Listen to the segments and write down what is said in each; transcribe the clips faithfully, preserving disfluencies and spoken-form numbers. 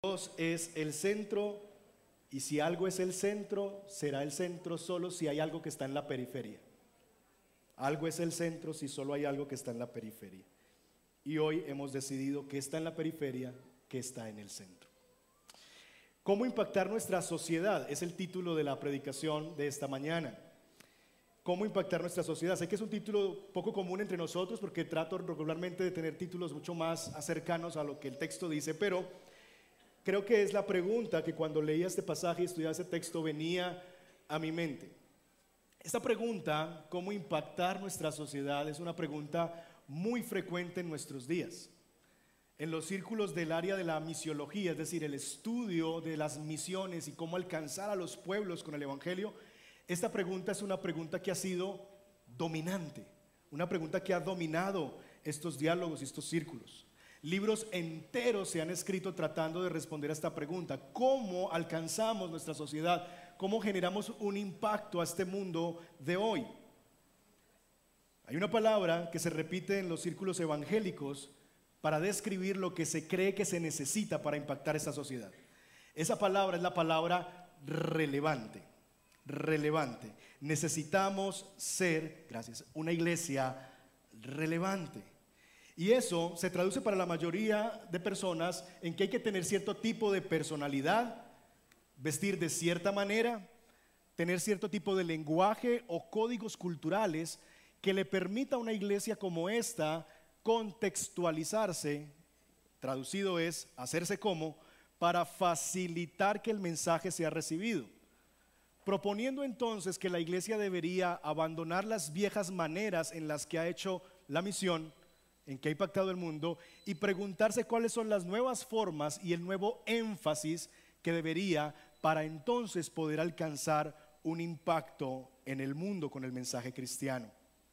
Dios es el centro, y si algo es el centro, será el centro solo si hay algo que está en la periferia. Algo es el centro si solo hay algo que está en la periferia. Y hoy hemos decidido que está en la periferia, que está en el centro. ¿Cómo impactar nuestra sociedad? Es el título de la predicación de esta mañana. ¿Cómo impactar nuestra sociedad? Sé que es un título poco común entre nosotros porque trato regularmente de tener títulos mucho más cercanos a lo que el texto dice, pero creo que es la pregunta que cuando leía este pasaje y estudiaba ese texto venía a mi mente. Esta pregunta, ¿cómo impactar nuestra sociedad?, es una pregunta muy frecuente en nuestros días. En los círculos del área de la misiología, es decir, el estudio de las misiones y cómo alcanzar a los pueblos con el evangelio, esta pregunta es una pregunta que ha sido dominante, una pregunta que ha dominado estos diálogos y estos círculos. Libros enteros se han escrito tratando de responder a esta pregunta: ¿cómo alcanzamos nuestra sociedad? ¿Cómo generamos un impacto a este mundo de hoy? Hay una palabra que se repite en los círculos evangélicos para describir lo que se cree que se necesita para impactar esta sociedad. Esa palabra es la palabra relevante. Relevante. Necesitamos ser, gracias, una iglesia relevante. Y eso se traduce para la mayoría de personas en que hay que tener cierto tipo de personalidad, vestir de cierta manera, tener cierto tipo de lenguaje o códigos culturales que le permita a una iglesia como esta contextualizarse, traducido es hacerse como, para facilitar que el mensaje sea recibido. Proponiendo entonces que la iglesia debería abandonar las viejas maneras en las que ha hecho la misión, en que ha impactado el mundo, y preguntarse cuáles son las nuevas formas y el nuevo énfasis que debería para entonces poder alcanzar un impacto en el mundo con el mensaje cristiano.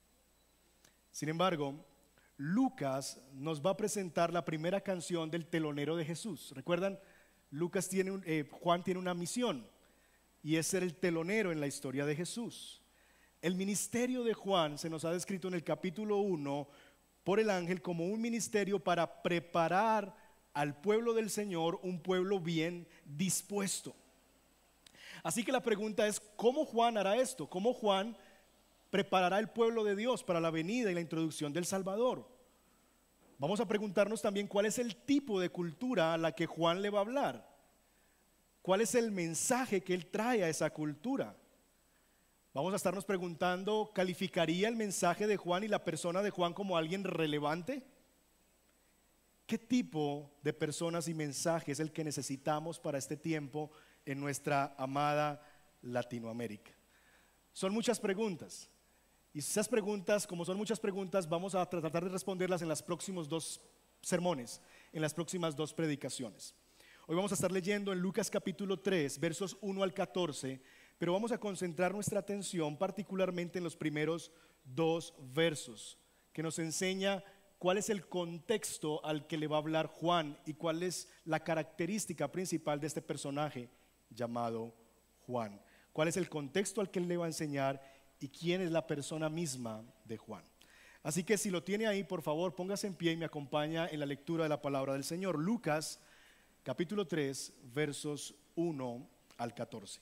Sin embargo, Lucas nos va a presentar la primera canción del telonero de Jesús. ¿Recuerdan? Lucas tiene un, eh, Juan tiene una misión y es ser el telonero en la historia de Jesús. El ministerio de Juan se nos ha descrito en el capítulo uno por el ángel como un ministerio para preparar al pueblo del Señor, un pueblo bien dispuesto. Así que la pregunta es: ¿cómo Juan hará esto? ¿Cómo Juan preparará el pueblo de Dios para la venida y la introducción del Salvador? Vamos a preguntarnos también cuál es el tipo de cultura a la que Juan le va a hablar. ¿Cuál es el mensaje que él trae a esa cultura? Vamos a estarnos preguntando: ¿calificaría el mensaje de Juan y la persona de Juan como alguien relevante? ¿Qué tipo de personas y mensaje es el que necesitamos para este tiempo en nuestra amada Latinoamérica? Son muchas preguntas. Y esas preguntas, como son muchas preguntas, vamos a tratar de responderlas en los próximos dos sermones, en las próximas dos predicaciones. Hoy vamos a estar leyendo en Lucas capítulo tres, versos uno al catorce, pero vamos a concentrar nuestra atención particularmente en los primeros dos versos, que nos enseña cuál es el contexto al que le va a hablar Juan y cuál es la característica principal de este personaje llamado Juan. Cuál es el contexto al que él le va a enseñar y quién es la persona misma de Juan. Así que si lo tiene ahí, por favor, póngase en pie y me acompaña en la lectura de la palabra del Señor. Lucas capítulo tres, versos uno al catorce.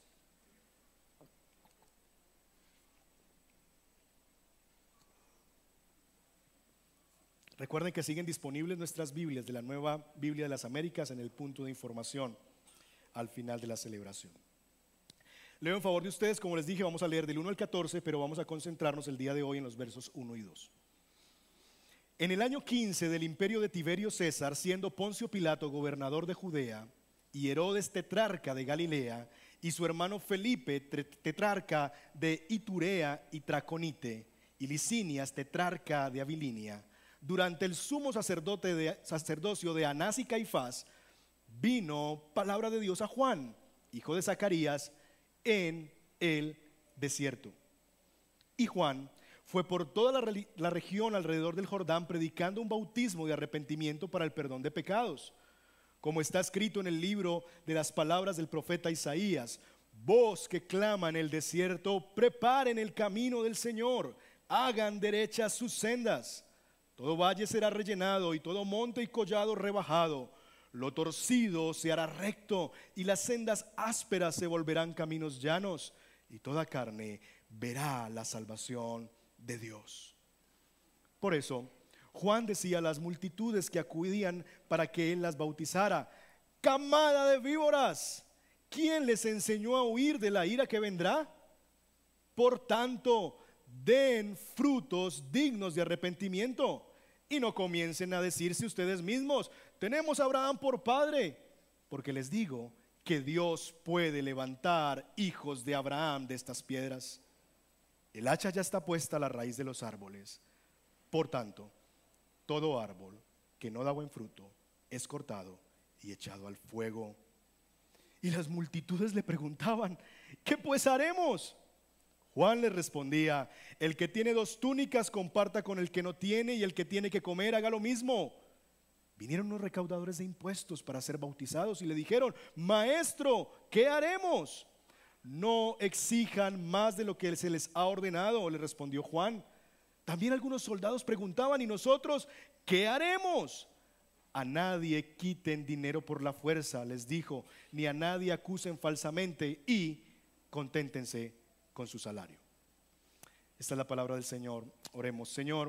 Recuerden que siguen disponibles nuestras Biblias de la Nueva Biblia de las Américas en el punto de información al final de la celebración. Leo en favor de ustedes, como les dije, vamos a leer del uno al catorce, pero vamos a concentrarnos el día de hoy en los versos uno y dos. En el año quince del imperio de Tiberio César, siendo Poncio Pilato gobernador de Judea y Herodes tetrarca de Galilea y su hermano Felipe tetrarca de Iturea y Traconite y Licinias tetrarca de Abilinia, durante el sumo sacerdote de, sacerdocio de Anás y Caifás, vino palabra de Dios a Juan, hijo de Zacarías, en el desierto. Y Juan fue por toda la, la región alrededor del Jordán predicando un bautismo de arrepentimiento para el perdón de pecados, como está escrito en el libro de las palabras del profeta Isaías: voz que clama en el desierto, preparen el camino del Señor, hagan derechas sus sendas. Todo valle será rellenado y todo monte y collado rebajado. lo torcido se hará recto y las sendas ásperas se volverán caminos llanos, y toda carne verá la salvación de Dios. Por eso Juan decía a las multitudes que acudían para que él las bautizara: camada de víboras, ¿quién les enseñó a huir de la ira que vendrá? Por tanto, den frutos dignos de arrepentimiento, y no comiencen a decirse ustedes mismos: tenemos a Abraham por padre, porque les digo que Dios puede levantar hijos de Abraham de estas piedras. El hacha ya está puesta a la raíz de los árboles. Por tanto, todo árbol que no da buen fruto es cortado y echado al fuego. Y las multitudes le preguntaban: ¿qué pues haremos? Juan les respondía: el que tiene dos túnicas comparta con el que no tiene, y el que tiene que comer haga lo mismo. Vinieron unos recaudadores de impuestos para ser bautizados y le dijeron: maestro, ¿qué haremos? No exijan más de lo que se les ha ordenado, le respondió Juan. También algunos soldados preguntaban: ¿y nosotros qué haremos? A nadie quiten dinero por la fuerza, les dijo, ni a nadie acusen falsamente, y conténtense con su salario. Esta es la palabra del Señor. Oremos. Señor,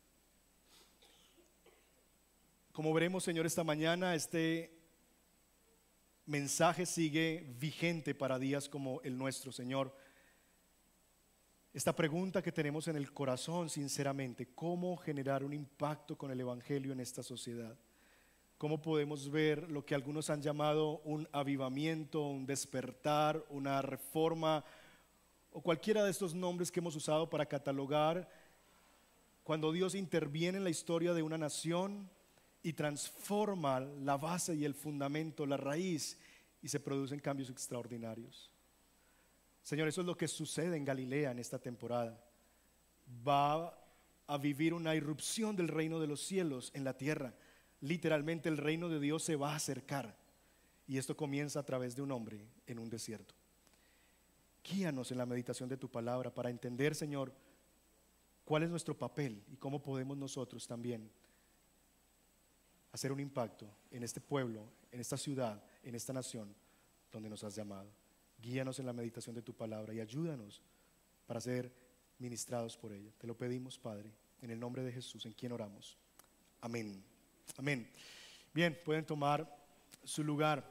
como veremos, Señor, esta mañana este mensaje sigue vigente para días como el nuestro, Señor. Esta pregunta que tenemos en el corazón, sinceramente: ¿cómo generar un impacto con el Evangelio en esta sociedad? ¿Cómo podemos ver lo que algunos han llamado un avivamiento, un despertar, una reforma, o cualquiera de estos nombres que hemos usado para catalogar, cuando Dios interviene en la historia de una nación y transforma la base y el fundamento, la raíz, y se producen cambios extraordinarios? Señor, eso es lo que sucede en Galilea en esta temporada. Va a vivir una irrupción del reino de los cielos en la tierra. Literalmente el reino de Dios se va a acercar, y esto comienza a través de un hombre en un desierto. Guíanos en la meditación de tu palabra para entender, Señor, cuál es nuestro papel y cómo podemos nosotros también hacer un impacto en este pueblo, en esta ciudad, en esta nación donde nos has llamado. Guíanos en la meditación de tu palabra y ayúdanos para ser ministrados por ella. Te lo pedimos, Padre, en el nombre de Jesús, en quien oramos. Amén. Amén. Bien, pueden tomar su lugar.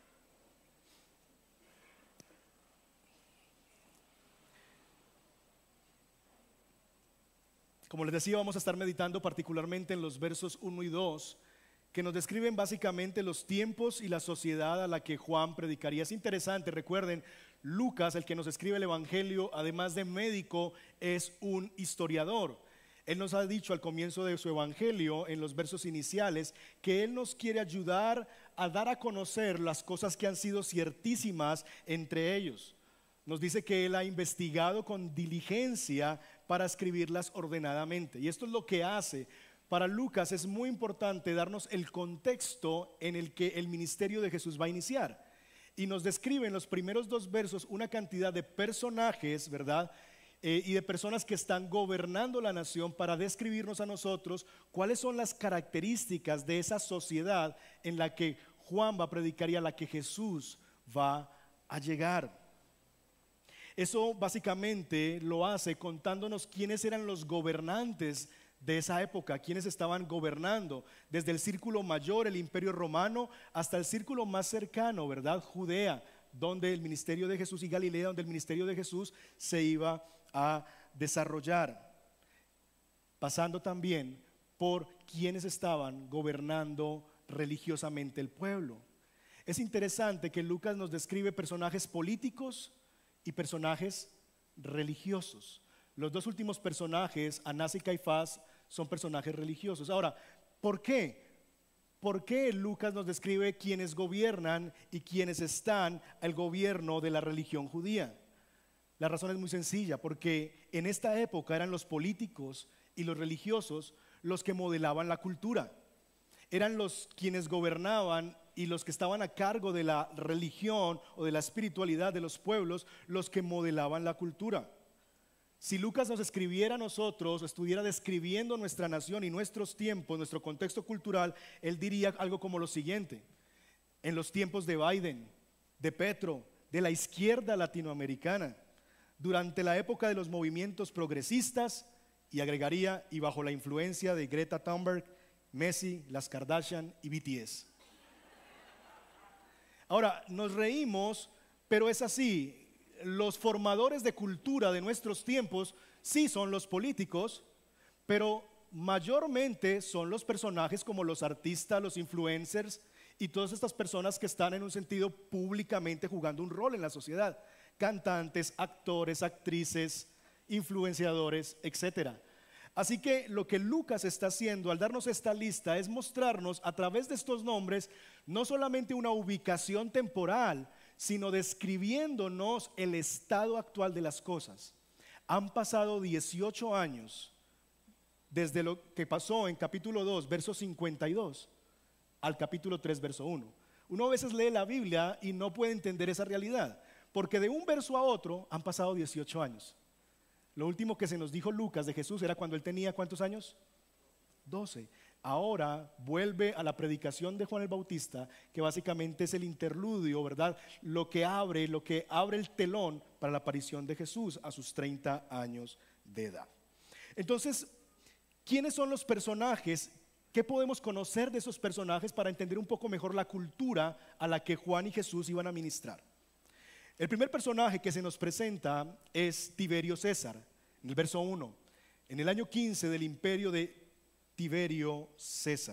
Como les decía, vamos a estar meditando particularmente en los versos uno y dos, que nos describen básicamente los tiempos y la sociedad a la que Juan predicaría. Es interesante, recuerden, Lucas, el que nos escribe el Evangelio, además de médico, es un historiador. Él nos ha dicho al comienzo de su Evangelio, en los versos iniciales, que Él nos quiere ayudar a dar a conocer las cosas que han sido ciertísimas entre ellos. Nos dice que Él ha investigado con diligencia para escribirlas ordenadamente. Y esto es lo que hace. Para Lucas es muy importante darnos el contexto en el que el ministerio de Jesús va a iniciar. Y nos describe en los primeros dos versos una cantidad de personajes, ¿verdad? Eh, y de personas que están gobernando la nación, para describirnos a nosotros cuáles son las características de esa sociedad en la que Juan va a predicar y a la que Jesús va a llegar. Eso básicamente lo hace contándonos quiénes eran los gobernantes de esa época, quienes estaban gobernando, desde el círculo mayor, el imperio romano, hasta el círculo más cercano, ¿verdad? Judea, donde el ministerio de Jesús, y Galilea, donde el ministerio de Jesús se iba a desarrollar, pasando también por quienes estaban gobernando religiosamente el pueblo. Es interesante que Lucas nos describe personajes políticos y personajes religiosos. Los dos últimos personajes, Anás y Caifás, son personajes religiosos. Ahora, ¿por qué? ¿Por qué Lucas nos describe quienes gobiernan y quienes están al gobierno de la religión judía? La razón es muy sencilla, porque en esta época eran los políticos y los religiosos los que modelaban la cultura. Eran los quienes gobernaban y los que estaban a cargo de la religión o de la espiritualidad de los pueblos, los que modelaban la cultura. Si Lucas nos escribiera a nosotros, estuviera describiendo nuestra nación y nuestros tiempos, nuestro contexto cultural, él diría algo como lo siguiente: en los tiempos de Biden, de Petro, de la izquierda latinoamericana, durante la época de los movimientos progresistas, y agregaría, y bajo la influencia de Greta Thunberg, Messi, las Kardashian y B T S. Ahora, nos reímos, pero es así. Los formadores de cultura de nuestros tiempos sí son los políticos, pero mayormente son los personajes como los artistas, los influencers y todas estas personas que están en un sentido públicamente jugando un rol en la sociedad. Cantantes, actores, actrices, influenciadores, etcétera. Así que lo que Lucas está haciendo al darnos esta lista es mostrarnos a través de estos nombres no solamente una ubicación temporal, sino describiéndonos el estado actual de las cosas. Han pasado dieciocho años desde lo que pasó en capítulo dos, verso cincuenta y dos, al capítulo tres, verso uno. Uno a veces lee la Biblia y no puede entender esa realidad, porque de un verso a otro han pasado dieciocho años. Lo último que se nos dijo Lucas de Jesús era cuando él tenía ¿cuántos años? doce. Ahora vuelve a la predicación de Juan el Bautista, que básicamente es el interludio, ¿verdad? Lo que abre, lo que abre el telón para la aparición de Jesús a sus treinta años de edad. Entonces, ¿quiénes son los personajes? ¿Qué podemos conocer de esos personajes para entender un poco mejor la cultura a la que Juan y Jesús iban a ministrar? El primer personaje que se nos presenta es Tiberio César, en el verso uno, en el año quince del imperio de Tiberio César.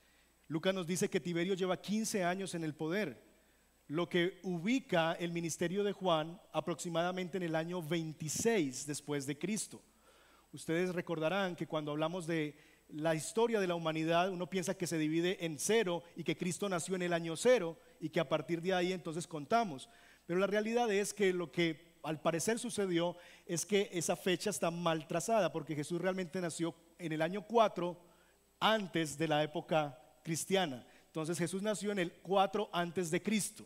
Lucas nos dice que Tiberio lleva quince años en el poder, lo que ubica el ministerio de Juan aproximadamente en el año veintiséis después de Cristo. Ustedes recordarán que cuando hablamos de la historia de la humanidad, uno piensa que se divide en cero y que Cristo nació en el año cero y que a partir de ahí entonces contamos. Pero la realidad es que lo que al parecer sucedió es que esa fecha está mal trazada, porque Jesús realmente nació en el año cuatro antes de la época cristiana. Entonces Jesús nació en el cuatro antes de Cristo.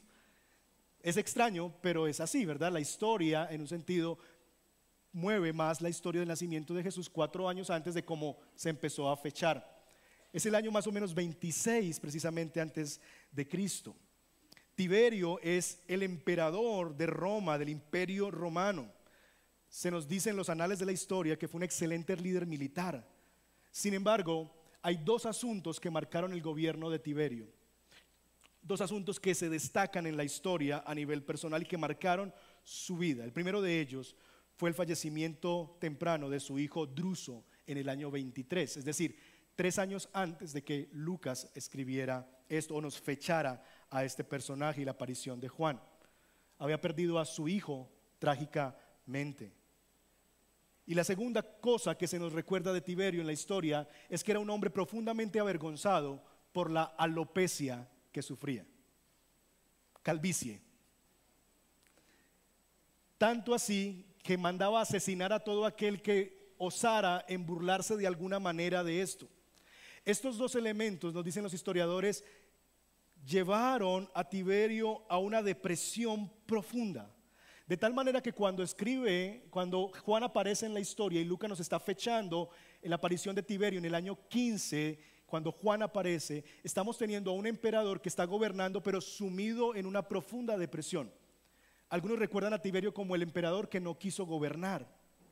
Es extraño, pero es así, ¿verdad? La historia, en un sentido, mueve más la historia del nacimiento de Jesús cuatro años antes de cómo se empezó a fechar. Es el año más o menos veintiséis, precisamente antes de Cristo. Tiberio es el emperador de Roma, del imperio romano. Se nos dice en los anales de la historia que fue un excelente líder militar. Sin embargo, hay dos asuntos que marcaron el gobierno de Tiberio. Dos asuntos que se destacan en la historia a nivel personal y que marcaron su vida. El primero de ellos fue el fallecimiento temprano de su hijo Druso en el año veintitrés, es decir, tres años antes de que Lucas escribiera esto o nos fechara a este personaje y la aparición de Juan. Había perdido a su hijo trágicamente. Y la segunda cosa que se nos recuerda de Tiberio en la historia es que era un hombre profundamente avergonzado por la alopecia que sufría, calvicie. Tanto así que mandaba asesinar a todo aquel que osara en burlarse de alguna manera de esto. Estos dos elementos, nos dicen los historiadores, llevaron a Tiberio a una depresión profunda. De tal manera que cuando escribe, cuando Juan aparece en la historia y Lucas nos está fechando en la aparición de Tiberio en el año quince, cuando Juan aparece, estamos teniendo a un emperador que está gobernando pero sumido en una profunda depresión. Algunos recuerdan a Tiberio como el emperador que no quiso gobernar.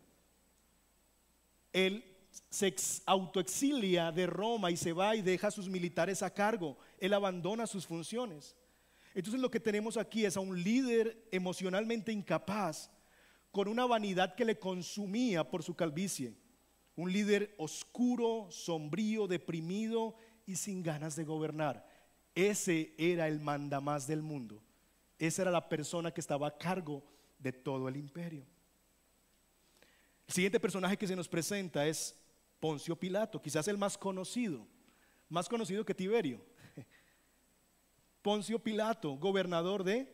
Él se autoexilia de Roma y se va y deja a sus militares a cargo. Él abandona sus funciones. Entonces lo que tenemos aquí es a un líder emocionalmente incapaz, con una vanidad que le consumía por su calvicie. Un líder oscuro, sombrío, deprimido y sin ganas de gobernar. Ese era el mandamás del mundo. Esa era la persona que estaba a cargo de todo el imperio. El siguiente personaje que se nos presenta es Poncio Pilato, quizás el más conocido, más conocido que Tiberio. Poncio Pilato, gobernador de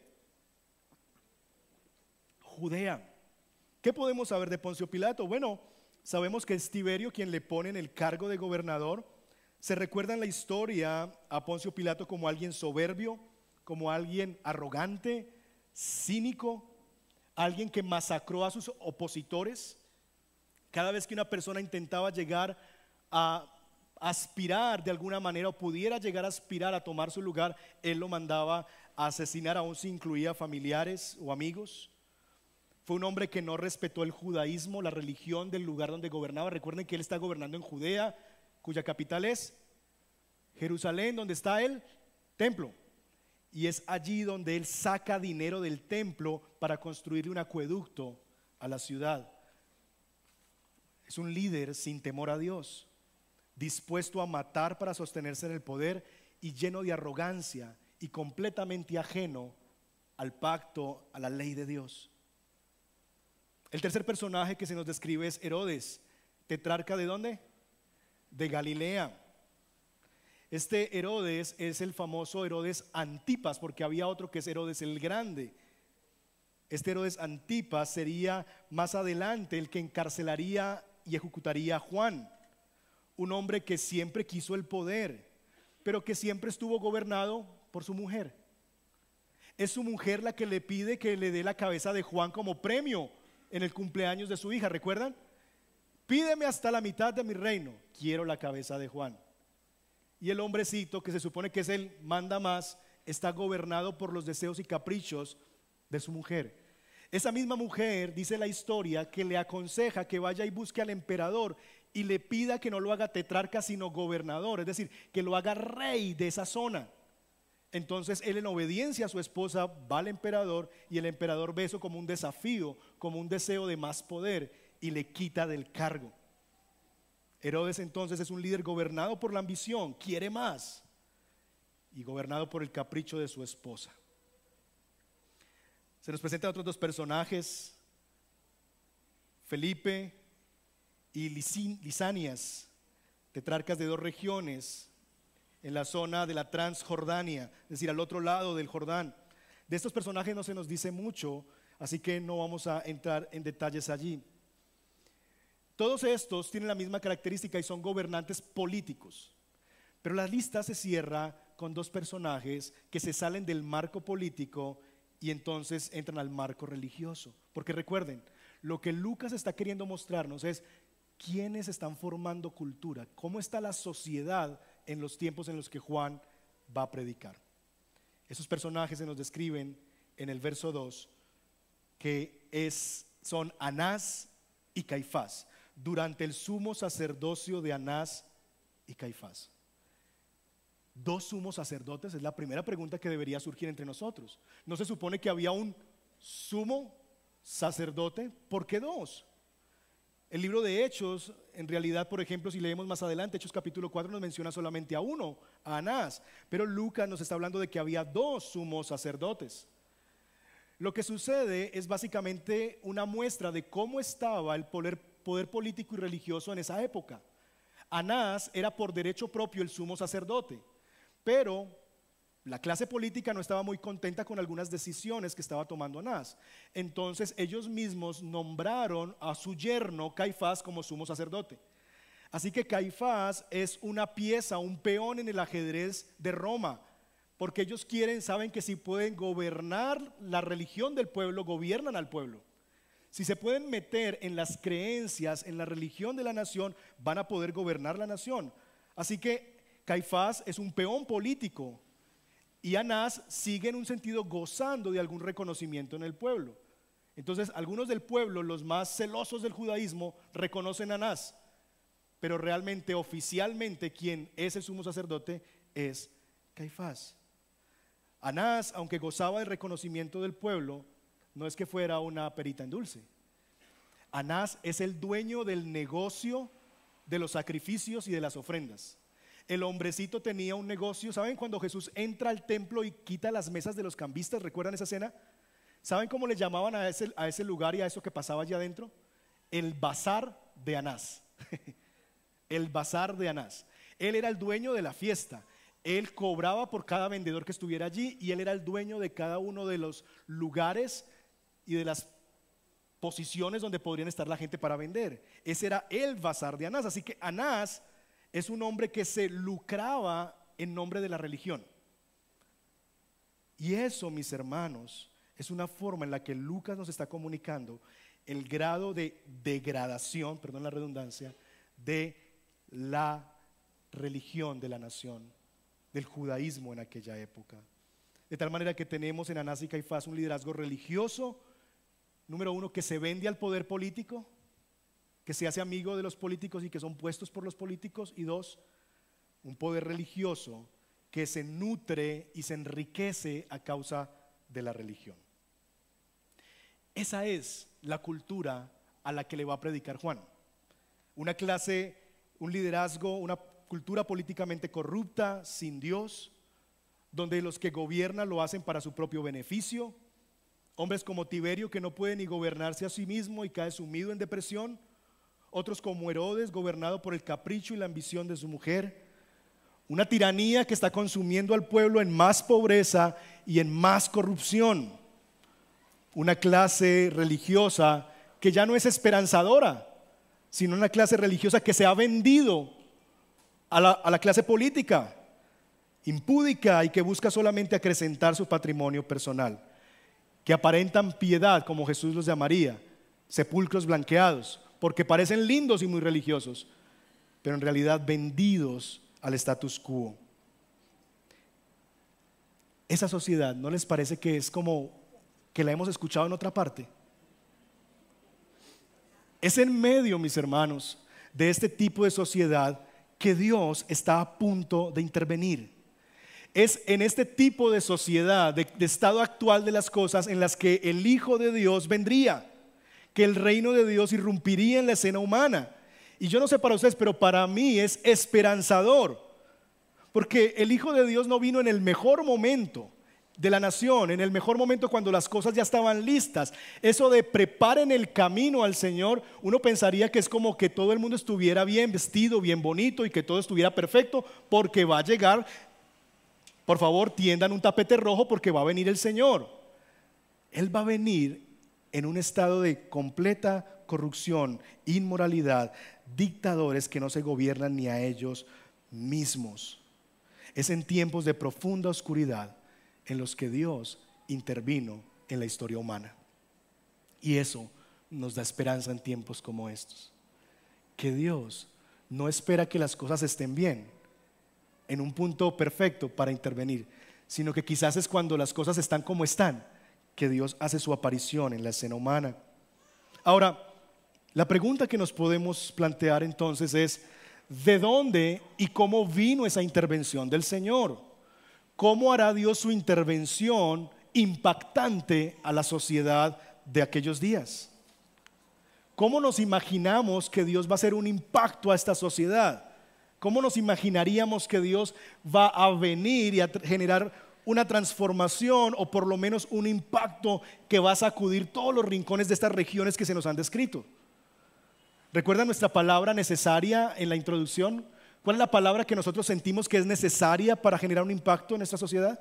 Judea. ¿Qué podemos saber de Poncio Pilato? Bueno, sabemos que es Tiberio quien le pone en el cargo de gobernador. Se recuerda en la historia a Poncio Pilato como alguien soberbio, como alguien arrogante, cínico, alguien que masacró a sus opositores. Cada vez que una persona intentaba llegar a aspirar de alguna manera, o pudiera llegar a aspirar a tomar su lugar, él lo mandaba a asesinar, aun si incluía familiares o amigos. Fue un hombre que no respetó el judaísmo, la religión del lugar donde gobernaba. Recuerden que él está gobernando en Judea, cuya capital es Jerusalén, donde está el templo. Y es allí donde él saca dinero del templo para construir un acueducto a la ciudad. Es un líder sin temor a Dios, dispuesto a matar para sostenerse en el poder y lleno de arrogancia y completamente ajeno al pacto, a la ley de Dios. El tercer personaje que se nos describe es Herodes, tetrarca ¿de dónde? De Galilea. Este Herodes es el famoso Herodes Antipas, porque había otro que es Herodes el Grande. Este Herodes Antipas sería más adelante el que encarcelaría y ejecutaría a Juan, un hombre que siempre quiso el poder, pero que siempre estuvo gobernado por su mujer. Es su mujer la que le pide que le dé la cabeza de Juan como premio en el cumpleaños de su hija, ¿recuerdan? Pídeme hasta la mitad de mi reino, quiero la cabeza de Juan. Y el hombrecito, que se supone que es el manda más, está gobernado por los deseos y caprichos de su mujer. Esa misma mujer, dice la historia, que le aconseja que vaya y busque al emperador y le pida que no lo haga tetrarca sino gobernador, es decir, que lo haga rey de esa zona. Entonces él, en obediencia a su esposa, va al emperador, y el emperador ve eso como un desafío, como un deseo de más poder, y le quita del cargo. Herodes entonces es un líder gobernado por la ambición, quiere más, y gobernado por el capricho de su esposa. Se nos presentan otros dos personajes, Felipe y Lisanias, tetrarcas de dos regiones en la zona de la Transjordania, es decir, al otro lado del Jordán. De estos personajes no se nos dice mucho, así que no vamos a entrar en detalles allí. Todos estos tienen la misma característica y son gobernantes políticos, pero la lista se cierra con dos personajes que se salen del marco político y entonces entran al marco religioso. Porque recuerden, lo que Lucas está queriendo mostrarnos es quiénes están formando cultura, cómo está la sociedad en los tiempos en los que Juan va a predicar. Esos personajes se nos describen en el verso dos, que es, son Anás y Caifás, durante el sumo sacerdocio de Anás y Caifás. Dos sumos sacerdotes es la primera pregunta que debería surgir entre nosotros. ¿No se supone que había un sumo sacerdote? ¿Por qué dos? El libro de Hechos, en realidad, por ejemplo, si leemos más adelante, Hechos capítulo cuatro nos menciona solamente a uno, a Anás, pero Lucas nos está hablando de que había dos sumos sacerdotes. Lo que sucede es básicamente una muestra de cómo estaba el poder, poder político y religioso en esa época. Anás era por derecho propio el sumo sacerdote, pero la clase política no estaba muy contenta con algunas decisiones que estaba tomando Anás. Entonces ellos mismos nombraron a su yerno Caifás como sumo sacerdote. Así que Caifás es una pieza, un peón en el ajedrez de Roma, porque ellos quieren, saben que si pueden gobernar la religión del pueblo, gobiernan al pueblo. Si se pueden meter en las creencias, en la religión de la nación, van a poder gobernar la nación. Así que Caifás es un peón político, y Anás sigue en un sentido gozando de algún reconocimiento en el pueblo. Entonces algunos del pueblo, los más celosos del judaísmo, reconocen a Anás, pero realmente, oficialmente, quien es el sumo sacerdote es Caifás. Anás, aunque gozaba del reconocimiento del pueblo, no es que fuera una perita en dulce. Anás es el dueño del negocio de los sacrificios y de las ofrendas. El hombrecito tenía un negocio. ¿Saben cuando Jesús entra al templo y quita las mesas de los cambistas? ¿Recuerdan esa escena? ¿Saben cómo le llamaban a ese, a ese lugar y a eso que pasaba allá adentro? El bazar de Anás. El bazar de Anás. Él era el dueño de la fiesta. Él cobraba por cada vendedor que estuviera allí, y él era el dueño de cada uno de los lugares y de las posiciones donde podrían estar la gente para vender. Ese era el bazar de Anás. Así que Anás es un hombre que se lucraba en nombre de la religión. Y eso, mis hermanos, es una forma en la que Lucas nos está comunicando el grado de degradación, perdón la redundancia, de la religión de la nación, del judaísmo en aquella época. De tal manera que tenemos en Anás y Caifás un liderazgo religioso, número uno, que se vende al poder político, que se hace amigo de los políticos y que son puestos por los políticos, y dos, un poder religioso que se nutre y se enriquece a causa de la religión. Esa es la cultura a la que le va a predicar Juan. Una clase, un liderazgo, una cultura políticamente corrupta, sin Dios, donde los que gobiernan lo hacen para su propio beneficio. Hombres como Tiberio, que no puede ni gobernarse a sí mismo y cae sumido en depresión. Otros como Herodes, gobernado por el capricho y la ambición de su mujer. Una tiranía que está consumiendo al pueblo en más pobreza y en más corrupción. Una clase religiosa que ya no es esperanzadora, sino una clase religiosa que se ha vendido a la, a la clase política, impúdica y que busca solamente acrecentar su patrimonio personal, que aparentan piedad, como Jesús los llamaría, sepulcros blanqueados, porque parecen lindos y muy religiosos, pero en realidad vendidos al status quo. Esa sociedad, ¿no les parece que es como que la hemos escuchado en otra parte? Es en medio, mis hermanos, de este tipo de sociedad que Dios está a punto de intervenir. Es en este tipo de sociedad, de, de estado actual de las cosas, en las que el Hijo de Dios vendría, que el reino de Dios irrumpiría en la escena humana. Y yo no sé para ustedes, pero para mí es esperanzador, porque el Hijo de Dios no vino en el mejor momento de la nación, en el mejor momento cuando las cosas ya estaban listas. Eso de preparen el camino al Señor, uno pensaría que es como que todo el mundo estuviera bien vestido, bien bonito y que todo estuviera perfecto, porque va a llegar. Por favor, tiendan un tapete rojo porque va a venir el Señor. Él va a venir en un estado de completa corrupción, inmoralidad, dictadores que no se gobiernan ni a ellos mismos. Es en tiempos de profunda oscuridad en los que Dios intervino en la historia humana. Y eso nos da esperanza en tiempos como estos. Que Dios no espera que las cosas estén bien, en un punto perfecto para intervenir, sino que quizás es cuando las cosas están como están que Dios hace su aparición en la escena humana. Ahora, la pregunta que nos podemos plantear entonces es: ¿de dónde y cómo vino esa intervención del Señor? ¿Cómo hará Dios su intervención impactante a la sociedad de aquellos días? ¿Cómo nos imaginamos que Dios va a hacer un impacto a esta sociedad? ¿Cómo nos imaginaríamos que Dios va a venir y a generar una transformación, o por lo menos un impacto que va a sacudir todos los rincones de estas regiones que se nos han descrito? ¿Recuerdan nuestra palabra necesaria en la introducción? ¿Cuál es la palabra que nosotros sentimos que es necesaria para generar un impacto en esta sociedad?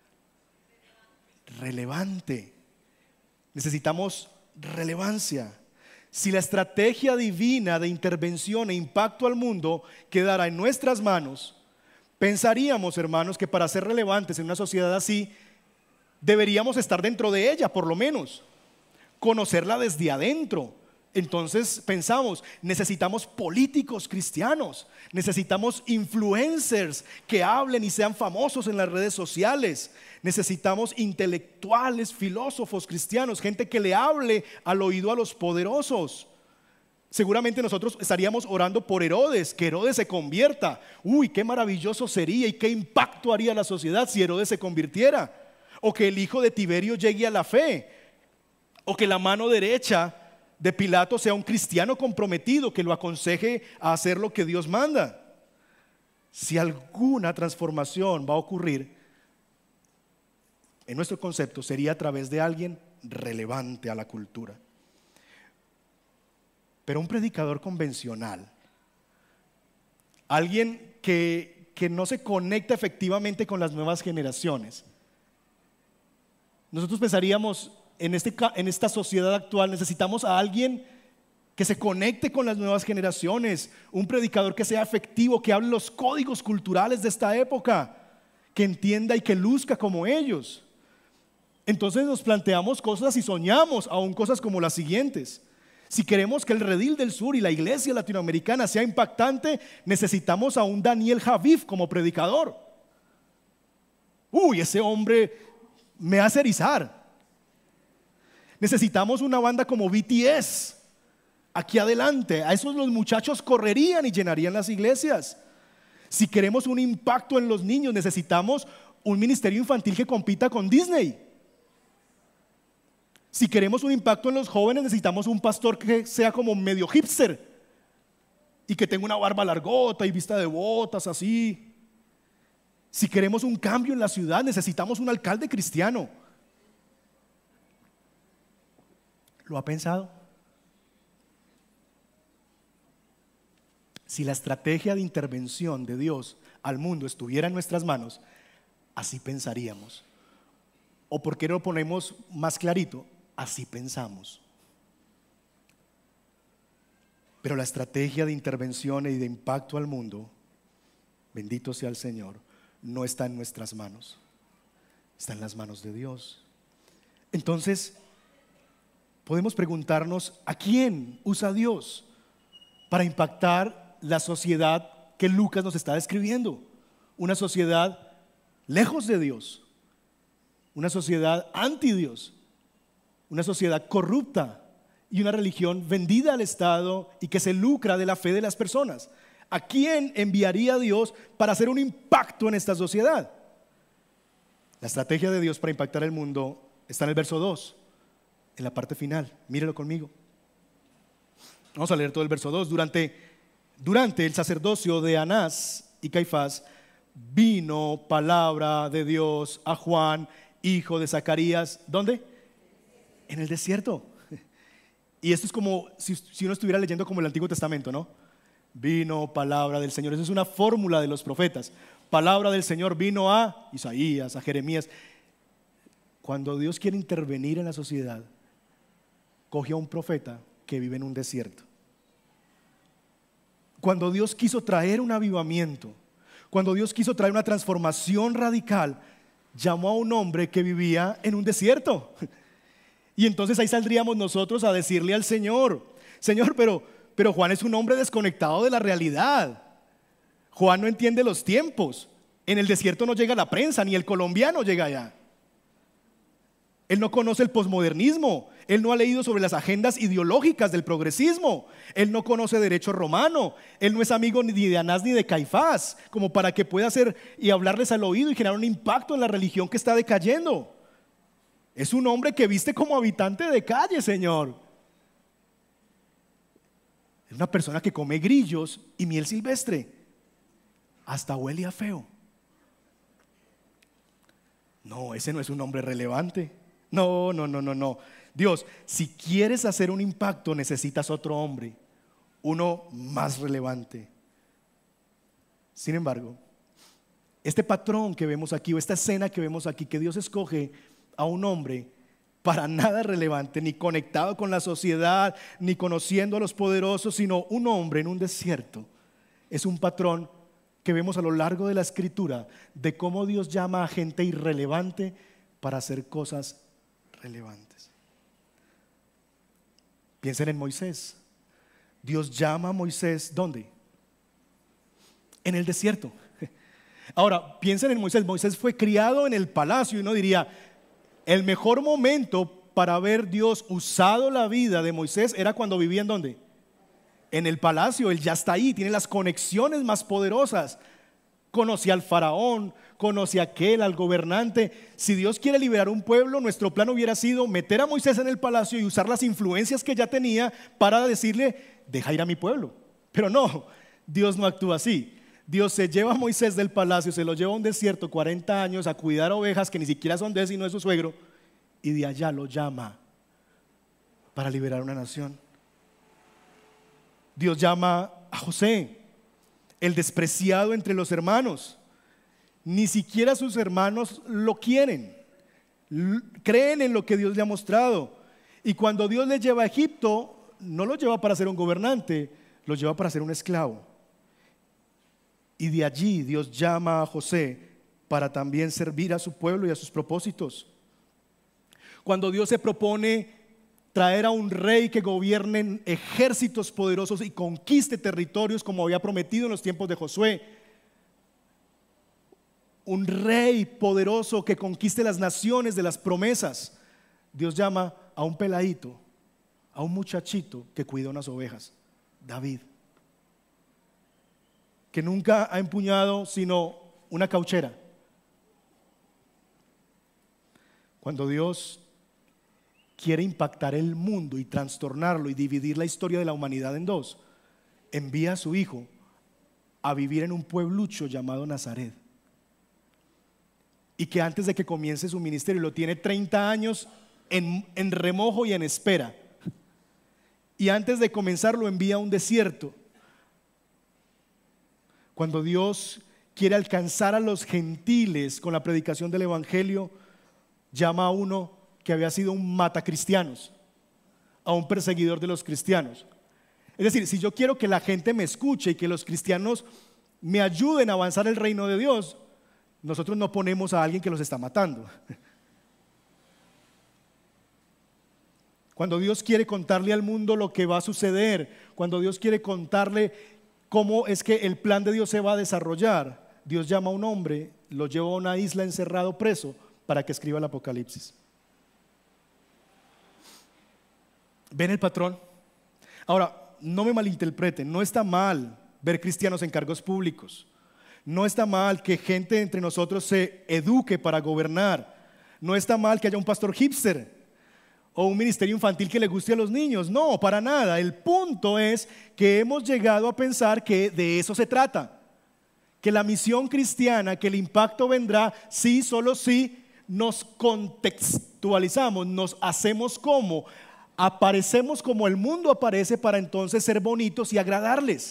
Relevante. Necesitamos relevancia. Si la estrategia divina de intervención e impacto al mundo quedara en nuestras manos, pensaríamos, hermanos, que para ser relevantes en una sociedad así, deberíamos estar dentro de ella, por lo menos, conocerla desde adentro. Entonces pensamos, necesitamos políticos cristianos, necesitamos influencers que hablen y sean famosos en las redes sociales, necesitamos intelectuales, filósofos cristianos, gente que le hable al oído a los poderosos. Seguramente nosotros estaríamos orando por Herodes, que Herodes se convierta. Uy, qué maravilloso sería y qué impacto haría la sociedad si Herodes se convirtiera. O que el hijo de Tiberio llegue a la fe, o que la mano derecha de Pilato sea un cristiano comprometido que lo aconseje a hacer lo que Dios manda. Si alguna transformación va a ocurrir en nuestro concepto, sería a través de alguien relevante a la cultura. Pero un predicador convencional, alguien que, que no se conecta efectivamente con las nuevas generaciones, nosotros pensaríamos, En, este, en esta sociedad actual necesitamos a alguien que se conecte con las nuevas generaciones, un predicador que sea efectivo, que hable los códigos culturales de esta época, que entienda y que luzca como ellos. Entonces nos planteamos cosas y soñamos aún cosas como las siguientes: Si queremos que el Redil del Sur y la iglesia latinoamericana sea impactante, necesitamos a un Daniel Javif como predicador. Uy, ese hombre me hace erizar. Necesitamos una banda como B T S aquí adelante. A esos los muchachos correrían y llenarían las iglesias. Si queremos un impacto en los niños, necesitamos un ministerio infantil que compita con Disney. Si queremos un impacto en los jóvenes, necesitamos un pastor que sea como medio hipster y que tenga una barba largota y vista de botas así. Si queremos un cambio en la ciudad, necesitamos un alcalde cristiano. ¿Lo ha pensado? Si la estrategia de intervención de Dios al mundo estuviera en nuestras manos, así pensaríamos. ¿O por qué no lo ponemos más clarito? Así pensamos. Pero la estrategia de intervención y de impacto al mundo, bendito sea el Señor, no está en nuestras manos, está en las manos de Dios. Entonces, podemos preguntarnos, ¿a quién usa Dios para impactar la sociedad que Lucas nos está describiendo? Una sociedad lejos de Dios, una sociedad anti Dios, una sociedad corrupta y una religión vendida al Estado y que se lucra de la fe de las personas. ¿A quién enviaría Dios para hacer un impacto en esta sociedad? La estrategia de Dios para impactar el mundo está en el verso dos, en la parte final. Mírelo conmigo. Vamos a leer todo el verso dos. Durante, durante el sacerdocio de Anás y Caifás vino palabra de Dios a Juan, hijo de Zacarías. ¿Dónde? En el desierto. Y esto es como si, si uno estuviera leyendo como el Antiguo Testamento, ¿no? Vino palabra del Señor. Eso es una fórmula de los profetas. Palabra del Señor vino a Isaías, a Jeremías. Cuando Dios quiere intervenir en la sociedad, coge a un profeta que vive en un desierto. Cuando Dios quiso traer un avivamiento, cuando Dios quiso traer una transformación radical, llamó a un hombre que vivía en un desierto. Y entonces ahí saldríamos nosotros a decirle al Señor: Señor, pero, pero Juan es un hombre desconectado de la realidad. Juan no entiende los tiempos. En el desierto no llega la prensa, ni el colombiano llega allá. Él no conoce el posmodernismo. Él no ha leído sobre las agendas ideológicas del progresismo. Él no conoce derecho romano. Él no es amigo ni de Anás ni de Caifás, como para que pueda hacer y hablarles al oído y generar un impacto en la religión que está decayendo. Es un hombre que viste como habitante de calle, Señor. Es una persona que come grillos y miel silvestre. Hasta huele a feo. No, ese no es un hombre relevante. No, no, no, no, no. Dios, si quieres hacer un impacto, necesitas otro hombre, uno más relevante. Sin embargo, este patrón que vemos aquí, o esta escena que vemos aquí, que Dios escoge a un hombre para nada relevante, ni conectado con la sociedad, ni conociendo a los poderosos, sino un hombre en un desierto, es un patrón que vemos a lo largo de la Escritura de cómo Dios llama a gente irrelevante para hacer cosas relevantes. Piensen en Moisés. Dios llama a Moisés, ¿dónde? En el desierto. Ahora, piensen en Moisés. Moisés fue criado en el palacio y uno diría, el mejor momento para ver Dios usado la vida de Moisés era cuando vivía en ¿dónde? En el palacio. Él ya está ahí, tiene las conexiones más poderosas. Conoce al faraón, conoce a aquel, al gobernante. Si Dios quiere liberar un pueblo, nuestro plan hubiera sido meter a Moisés en el palacio y usar las influencias que ya tenía para decirle, deja ir a mi pueblo. Pero no, Dios no actúa así. Dios se lleva a Moisés del palacio, se lo lleva a un desierto cuarenta años a cuidar ovejas que ni siquiera son de él, sino de su suegro, y de allá lo llama para liberar una nación. Dios llama a José, el despreciado entre los hermanos. Ni siquiera sus hermanos lo quieren, creen en lo que Dios le ha mostrado. Y cuando Dios le lleva a Egipto, no lo lleva para ser un gobernante, lo lleva para ser un esclavo. Y de allí Dios llama a José para también servir a su pueblo y a sus propósitos. Cuando Dios se propone traer a un rey que gobierne ejércitos poderosos y conquiste territorios como había prometido en los tiempos de Josué. Un rey poderoso que conquiste las naciones de las promesas. Dios llama a un peladito, a un muchachito que cuida unas ovejas, David, que nunca ha empuñado sino una cauchera. Cuando Dios quiere impactar el mundo y trastornarlo y dividir la historia de la humanidad en dos, envía a su hijo a vivir en un pueblucho llamado Nazaret, y que antes de que comience su ministerio lo tiene treinta años en, en remojo y en espera, y antes de comenzar lo envía a un desierto. Cuando Dios quiere alcanzar a los gentiles con la predicación del evangelio, llama a uno que había sido un matacristianos, a un perseguidor de los cristianos. Es decir, si yo quiero que la gente me escuche y que los cristianos me ayuden a avanzar el reino de Dios, nosotros no ponemos a alguien que los está matando. Cuando Dios quiere contarle al mundo lo que va a suceder, cuando Dios quiere contarle cómo es que el plan de Dios se va a desarrollar, Dios llama a un hombre, lo lleva a una isla encerrado, preso, para que escriba el Apocalipsis. ¿Ven el patrón? Ahora, no me malinterpreten, no está mal ver cristianos en cargos públicos, no está mal que gente entre nosotros se eduque para gobernar, no está mal que haya un pastor hipster o un ministerio infantil que le guste a los niños, no, para nada. El punto es que hemos llegado a pensar que de eso se trata, que la misión cristiana, que el impacto vendrá si, solo si nos contextualizamos, nos hacemos como, aparecemos como el mundo aparece para entonces ser bonitos y agradarles.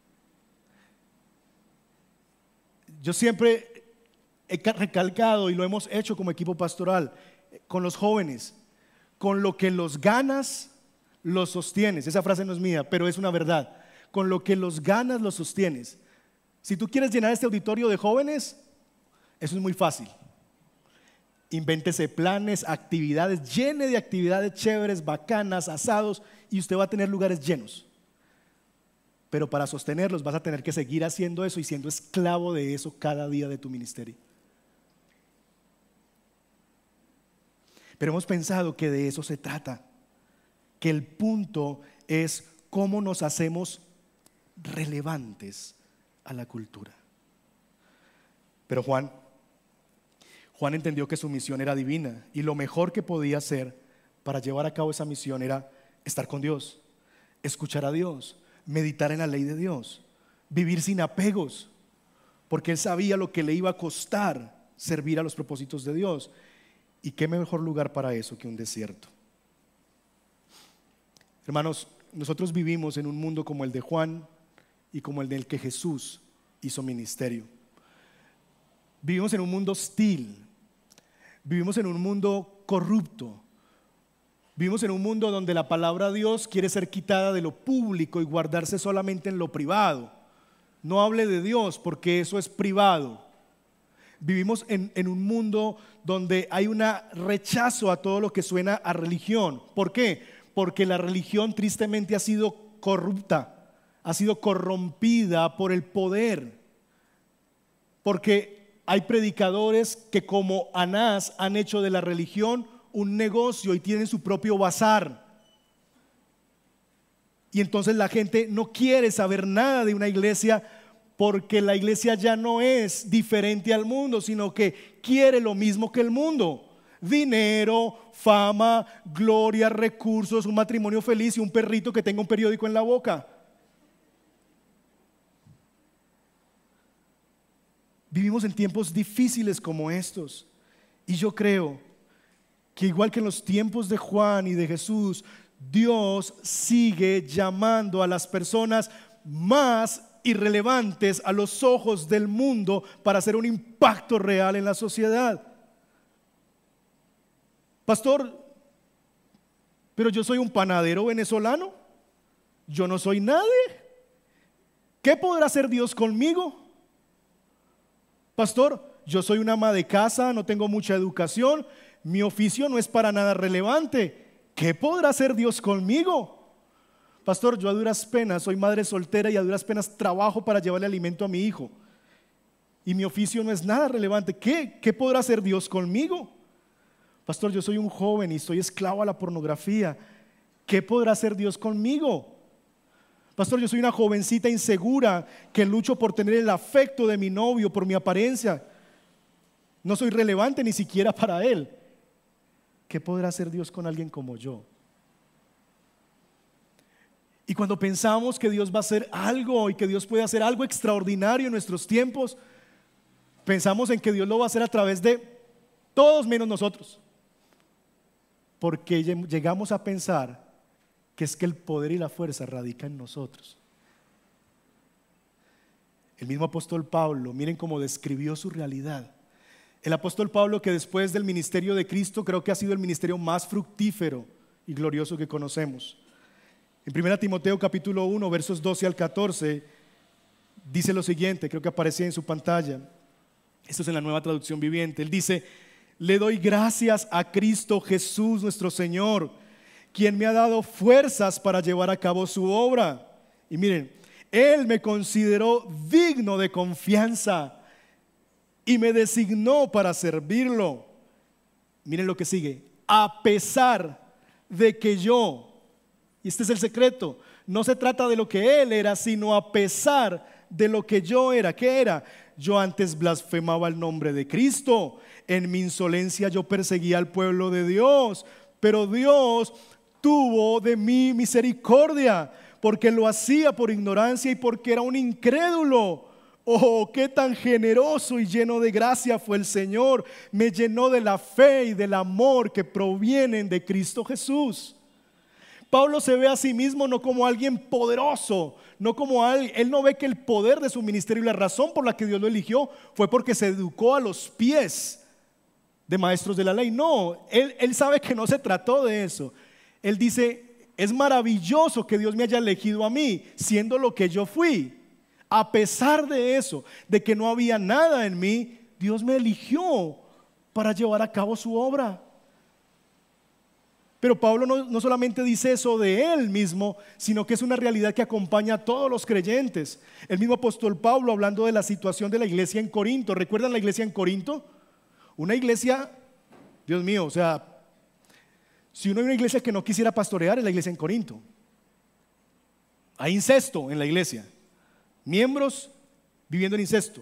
Yo siempre he recalcado, y lo hemos hecho como equipo pastoral con los jóvenes: con lo que los ganas, los sostienes. Esa frase no es mía, pero es una verdad. Con lo que los ganas, los sostienes. Si tú quieres llenar este auditorio de jóvenes, eso es muy fácil. Invéntese planes, actividades, llene de actividades chéveres, bacanas, asados, y usted va a tener lugares llenos. Pero para sostenerlos vas a tener que seguir haciendo eso y siendo esclavo de eso cada día de tu ministerio. Pero hemos pensado que de eso se trata, que el punto es cómo nos hacemos relevantes a la cultura. Pero Juan, Juan entendió que su misión era divina, y lo mejor que podía hacer para llevar a cabo esa misión era estar con Dios, escuchar a Dios, meditar en la ley de Dios, vivir sin apegos, porque él sabía lo que le iba a costar servir a los propósitos de Dios. ¿Y qué mejor lugar para eso que un desierto? Hermanos, nosotros vivimos en un mundo como el de Juan y como el del que Jesús hizo ministerio. Vivimos en un mundo hostil, vivimos en un mundo corrupto, vivimos en un mundo donde la palabra de Dios quiere ser quitada de lo público y guardarse solamente en lo privado. No hable de Dios porque eso es privado. Vivimos en, en un mundo donde hay un rechazo a todo lo que suena a religión. ¿Por qué? Porque la religión tristemente ha sido corrupta, ha sido corrompida por el poder. Porque hay predicadores que, como Anás, han hecho de la religión un negocio y tienen su propio bazar. Y entonces la gente no quiere saber nada de una iglesia, porque la iglesia ya no es diferente al mundo, sino que quiere lo mismo que el mundo: dinero, fama, gloria, recursos, un matrimonio feliz y un perrito que tenga un periódico en la boca. Vivimos en tiempos difíciles como estos, y yo creo que igual que en los tiempos de Juan y de Jesús, Dios sigue llamando a las personas más irrelevantes a los ojos del mundo para hacer un impacto real en la sociedad. Pastor, pero yo soy un panadero venezolano, yo no soy nadie. ¿Qué podrá hacer Dios conmigo? Pastor, yo soy una ama de casa, no tengo mucha educación, mi oficio no es para nada relevante. ¿qué podrá hacer Dios conmigo? Pastor, yo a duras penas soy madre soltera y a duras penas trabajo para llevarle alimento a mi hijo. Y mi oficio no es nada relevante. ¿Qué? ¿Qué podrá hacer Dios conmigo? Pastor, yo soy un joven y soy esclavo a la pornografía. ¿Qué podrá hacer Dios conmigo? Pastor, yo soy una jovencita insegura que lucho por tener el afecto de mi novio, por mi apariencia. No soy relevante ni siquiera para él. ¿Qué podrá hacer Dios con alguien como yo? Y cuando pensamos que Dios va a hacer algo y que Dios puede hacer algo extraordinario en nuestros tiempos, pensamos en que Dios lo va a hacer a través de todos menos nosotros. Porque llegamos a pensar que es que el poder y la fuerza radican en nosotros. El mismo apóstol Pablo, miren cómo describió su realidad. El apóstol Pablo, que después del ministerio de Cristo creo que ha sido el ministerio más fructífero y glorioso que conocemos. En primera Timoteo capítulo uno, versos doce al catorce, dice lo siguiente, creo que aparece en su pantalla. Esto es en la Nueva Traducción Viviente. Él dice: le doy gracias a Cristo Jesús nuestro Señor, quien me ha dado fuerzas para llevar a cabo su obra. Y miren, Él me consideró digno de confianza y me designó para servirlo. Miren lo que sigue: a pesar de que yo, y este es el secreto, no se trata de lo que Él era, sino a pesar de lo que yo era. ¿Qué era? Yo antes blasfemaba el nombre de Cristo. En mi insolencia yo perseguía al pueblo de Dios, pero Dios tuvo de mí misericordia, porque lo hacía por ignorancia y porque era un incrédulo. Oh, qué tan generoso y lleno de gracia fue el Señor. Me llenó de la fe y del amor que provienen de Cristo Jesús. Pablo se ve a sí mismo no como alguien poderoso, no como alguien, él no ve que el poder de su ministerio y la razón por la que Dios lo eligió fue porque se educó a los pies de maestros de la ley. No, él, él sabe que no se trató de eso. Él dice: es maravilloso que Dios me haya elegido a mí, siendo lo que yo fui. A pesar de eso, de que no había nada en mí, Dios me eligió para llevar a cabo su obra. Pero Pablo no, no solamente dice eso de él mismo, sino que es una realidad que acompaña a todos los creyentes. El mismo apóstol Pablo, hablando de la situación de la iglesia en Corinto, ¿recuerdan la iglesia en Corinto? Una iglesia, Dios mío, o sea, si uno hay una iglesia que no quisiera pastorear, es la iglesia en Corinto. Hay incesto en la iglesia, miembros viviendo en incesto,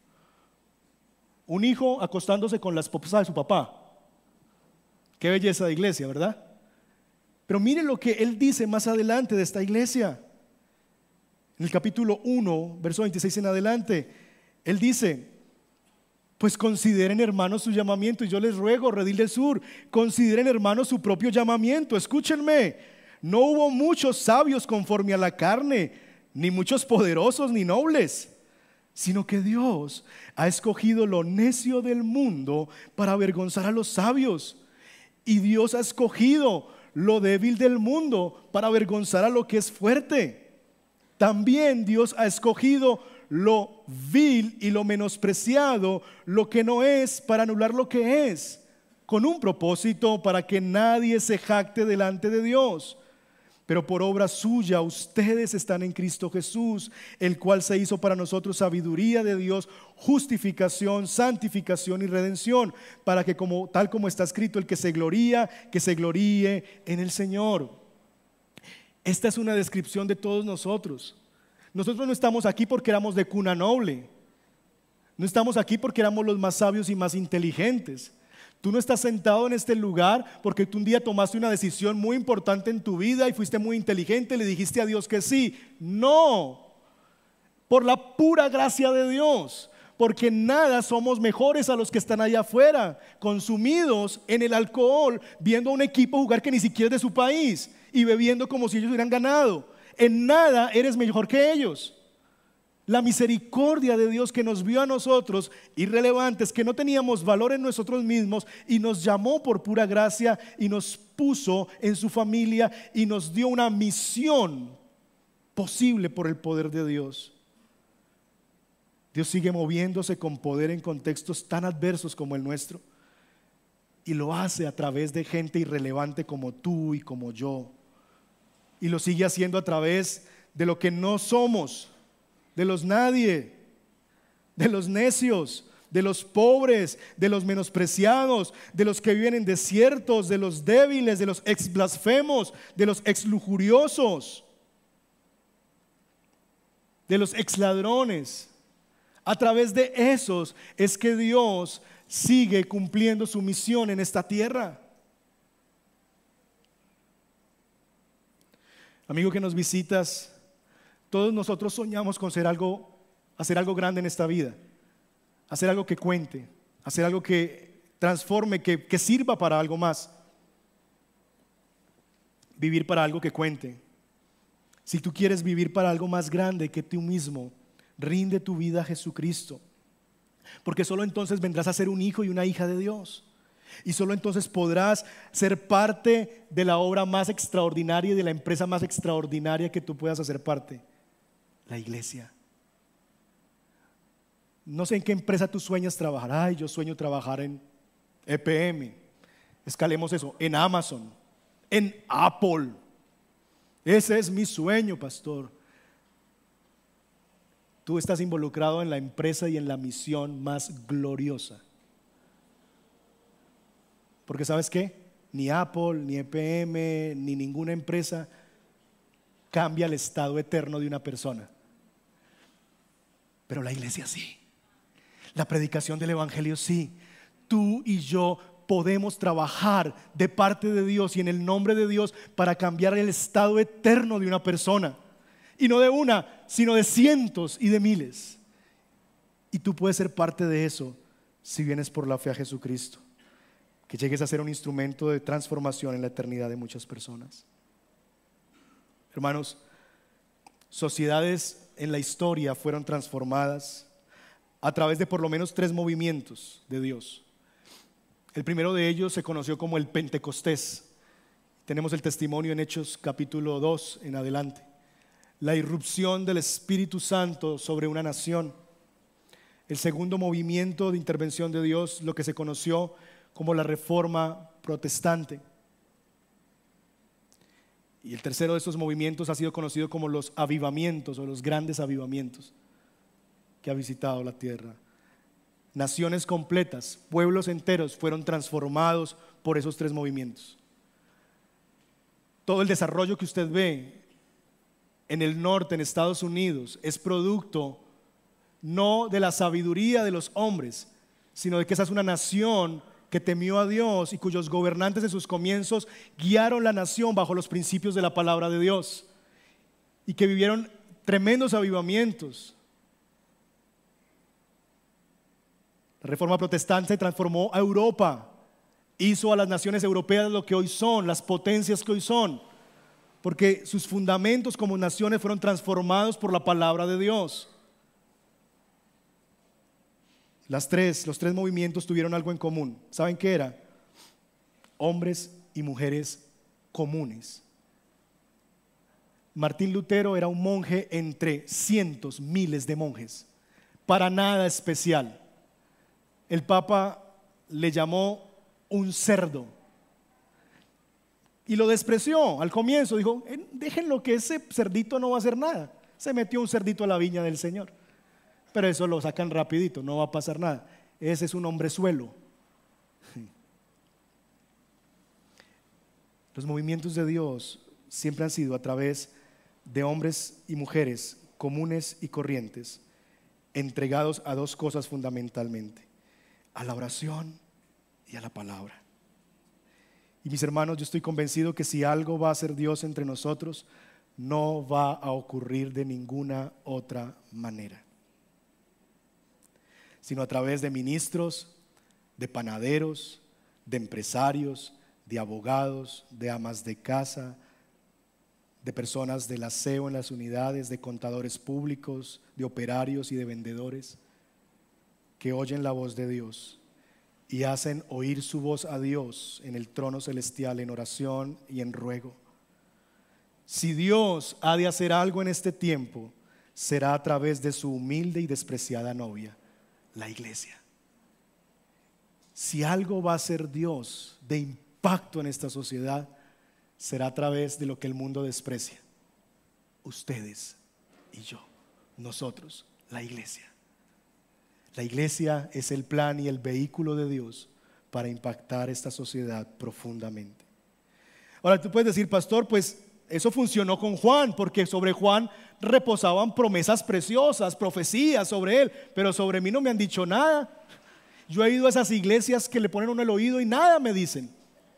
un hijo acostándose con la esposa de su papá. Qué belleza de iglesia, ¿verdad? Pero miren lo que él dice más adelante de esta iglesia. En el capítulo uno, verso veintiséis en adelante, él dice: pues consideren, hermanos, su llamamiento. Y yo les ruego, Redil del Sur, consideren, hermanos, su propio llamamiento. Escúchenme: no hubo muchos sabios conforme a la carne, ni muchos poderosos ni nobles, sino que Dios ha escogido lo necio del mundo para avergonzar a los sabios. Y Dios ha escogido lo débil del mundo para avergonzar a lo que es fuerte. También Dios ha escogido lo vil y lo menospreciado, lo que no es, para anular lo que es, con un propósito: para que nadie se jacte delante de Dios. Pero por obra suya ustedes están en Cristo Jesús, el cual se hizo para nosotros sabiduría de Dios, justificación, santificación y redención, para que, como tal como está escrito, el que se gloría, que se gloríe en el Señor. Esta es una descripción de todos nosotros. Nosotros no estamos aquí porque éramos de cuna noble. No estamos aquí porque éramos los más sabios y más inteligentes. Tú no estás sentado en este lugar porque tú un día tomaste una decisión muy importante en tu vida y fuiste muy inteligente y le dijiste a Dios que sí. No, por la pura gracia de Dios, porque nada somos mejores a los que están allá afuera, consumidos en el alcohol, viendo a un equipo jugar que ni siquiera es de su país y bebiendo como si ellos hubieran ganado. En nada eres mejor que ellos. La misericordia de Dios, que nos vio a nosotros irrelevantes, que no teníamos valor en nosotros mismos, y nos llamó por pura gracia y nos puso en su familia y nos dio una misión posible por el poder de Dios. Dios sigue moviéndose con poder en contextos tan adversos como el nuestro. Y lo hace a través de gente irrelevante como tú y como yo. Y lo sigue haciendo a través de lo que no somos, de los nadie, de los necios, de los pobres, de los menospreciados, de los que viven en desiertos, de los débiles, de los ex blasfemos, de los ex lujuriosos, de los ex ladrones. A través de esos es que Dios sigue cumpliendo su misión en esta tierra. Amigo que nos visitas, todos nosotros soñamos con ser algo, hacer algo grande en esta vida, hacer algo que cuente, hacer algo que transforme, que, que sirva para algo más, vivir para algo que cuente. Si tú quieres vivir para algo más grande que tú mismo, rinde tu vida a Jesucristo, porque solo entonces vendrás a ser un hijo y una hija de Dios. Y solo entonces podrás ser parte de la obra más extraordinaria y de la empresa más extraordinaria que tú puedas hacer parte, la iglesia. No sé en qué empresa tú sueñas trabajar. Ay, yo sueño trabajar en E P M. Escalemos eso, en Amazon, en Apple. Ese es mi sueño, pastor. Tú estás involucrado en la empresa y en la misión más gloriosa. Porque ¿sabes qué? Ni Apple, ni E P M, ni ninguna empresa cambia el estado eterno de una persona. Pero la iglesia sí. La predicación del evangelio sí. Tú y yo podemos trabajar de parte de Dios y en el nombre de Dios para cambiar el estado eterno de una persona. Y no de una, sino de cientos y de miles. Y tú puedes ser parte de eso si vienes por la fe a Jesucristo. Que llegues a ser un instrumento de transformación en la eternidad de muchas personas. Hermanos, sociedades en la historia fueron transformadas a través de por lo menos tres movimientos de Dios. El primero de ellos se conoció como el Pentecostés. Tenemos el testimonio en Hechos capítulo dos en adelante. La irrupción del Espíritu Santo sobre una nación. El segundo movimiento de intervención de Dios, lo que se conoció como la Reforma Protestante. Y el tercero de estos movimientos ha sido conocido como los avivamientos o los grandes avivamientos que ha visitado la tierra. Naciones completas, pueblos enteros fueron transformados por esos tres movimientos. Todo el desarrollo que usted ve en el norte, en Estados Unidos, es producto no de la sabiduría de los hombres, sino de que esa es una nación que temió a Dios y cuyos gobernantes en sus comienzos guiaron la nación bajo los principios de la palabra de Dios y que vivieron tremendos avivamientos. La Reforma Protestante transformó a Europa, hizo a las naciones europeas lo que hoy son, las potencias que hoy son, porque sus fundamentos como naciones fueron transformados por la palabra de Dios. Las tres, los tres movimientos tuvieron algo en común. ¿Saben qué era? Hombres y mujeres comunes. Martín Lutero era un monje entre cientos, miles de monjes, para nada especial. El Papa le llamó un cerdo y lo despreció al comienzo. Dijo, déjenlo que ese cerdito no va a hacer nada. Se metió un cerdito a la viña del Señor. Pero eso lo sacan rapidito, no va a pasar nada. Ese es un hombrezuelo. Los movimientos de Dios siempre han sido a través de hombres y mujeres comunes y corrientes, entregados a dos cosas fundamentalmente: a la oración y a la palabra. Y mis hermanos, yo estoy convencido que si algo va a hacer Dios entre nosotros, no va a ocurrir de ninguna otra manera, sino a través de ministros, de panaderos, de empresarios, de abogados, de amas de casa, de personas del aseo en las unidades, de contadores públicos, de operarios y de vendedores, que oyen la voz de Dios y hacen oír su voz a Dios en el trono celestial, en oración y en ruego. Si Dios ha de hacer algo en este tiempo, será a través de su humilde y despreciada novia, la iglesia. Si algo va a ser Dios de impacto en esta sociedad, será a través de lo que el mundo desprecia. Ustedes y yo, nosotros, la iglesia. La iglesia es el plan y el vehículo de Dios para impactar esta sociedad profundamente. Ahora tú puedes decir, pastor, pues eso funcionó con Juan, porque sobre Juan reposaban promesas preciosas, profecías sobre él, pero sobre mí no me han dicho nada. Yo he ido a esas iglesias que le ponen uno el oído y nada me dicen.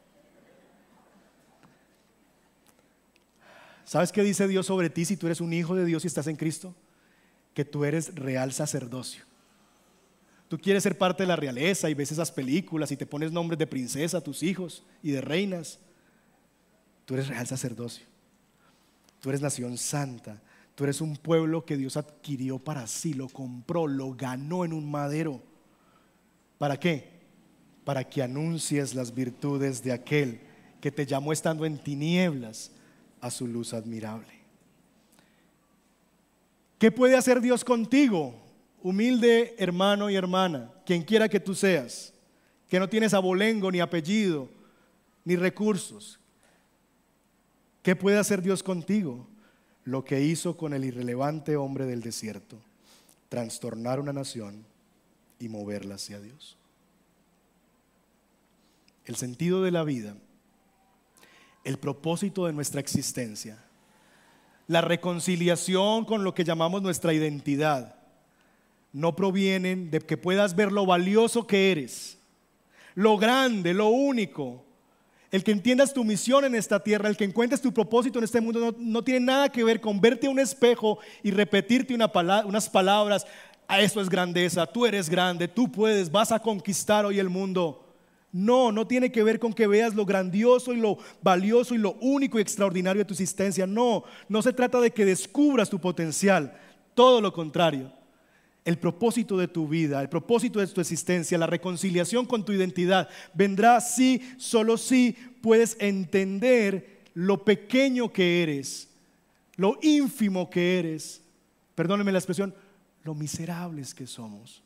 ¿Sabes qué dice Dios sobre ti si tú eres un hijo de Dios y estás en Cristo? Que tú eres real sacerdocio. Tú quieres ser parte de la realeza y ves esas películas y te pones nombres de princesa a tus hijos y de reinas. Tú eres real sacerdocio. Tú eres nación santa. Tú eres un pueblo que Dios adquirió para sí, lo compró, lo ganó en un madero. ¿Para qué? Para que anuncies las virtudes de aquel que te llamó estando en tinieblas a su luz admirable. ¿Qué puede hacer Dios contigo, humilde hermano y hermana, quien quiera que tú seas, que no tienes abolengo, ni apellido, ni recursos? ¿Qué puede hacer Dios contigo? Lo que hizo con el irrelevante hombre del desierto: trastornar una nación y moverla hacia Dios. El sentido de la vida, el propósito de nuestra existencia, la reconciliación con lo que llamamos nuestra identidad, no provienen de que puedas ver lo valioso que eres, lo grande, lo único. El que entiendas tu misión en esta tierra, el que encuentres tu propósito en este mundo, no, no tiene nada que ver con verte a un espejo y repetirte una pala- unas palabras: a eso es grandeza, tú eres grande, tú puedes, vas a conquistar hoy el mundo. No, no tiene que ver con que veas lo grandioso y lo valioso y lo único y extraordinario de tu existencia. No, no se trata de que descubras tu potencial, todo lo contrario. El propósito de tu vida, el propósito de tu existencia, la reconciliación con tu identidad vendrá si, solo si puedes entender lo pequeño que eres, lo ínfimo que eres, perdónenme la expresión, lo miserables que somos.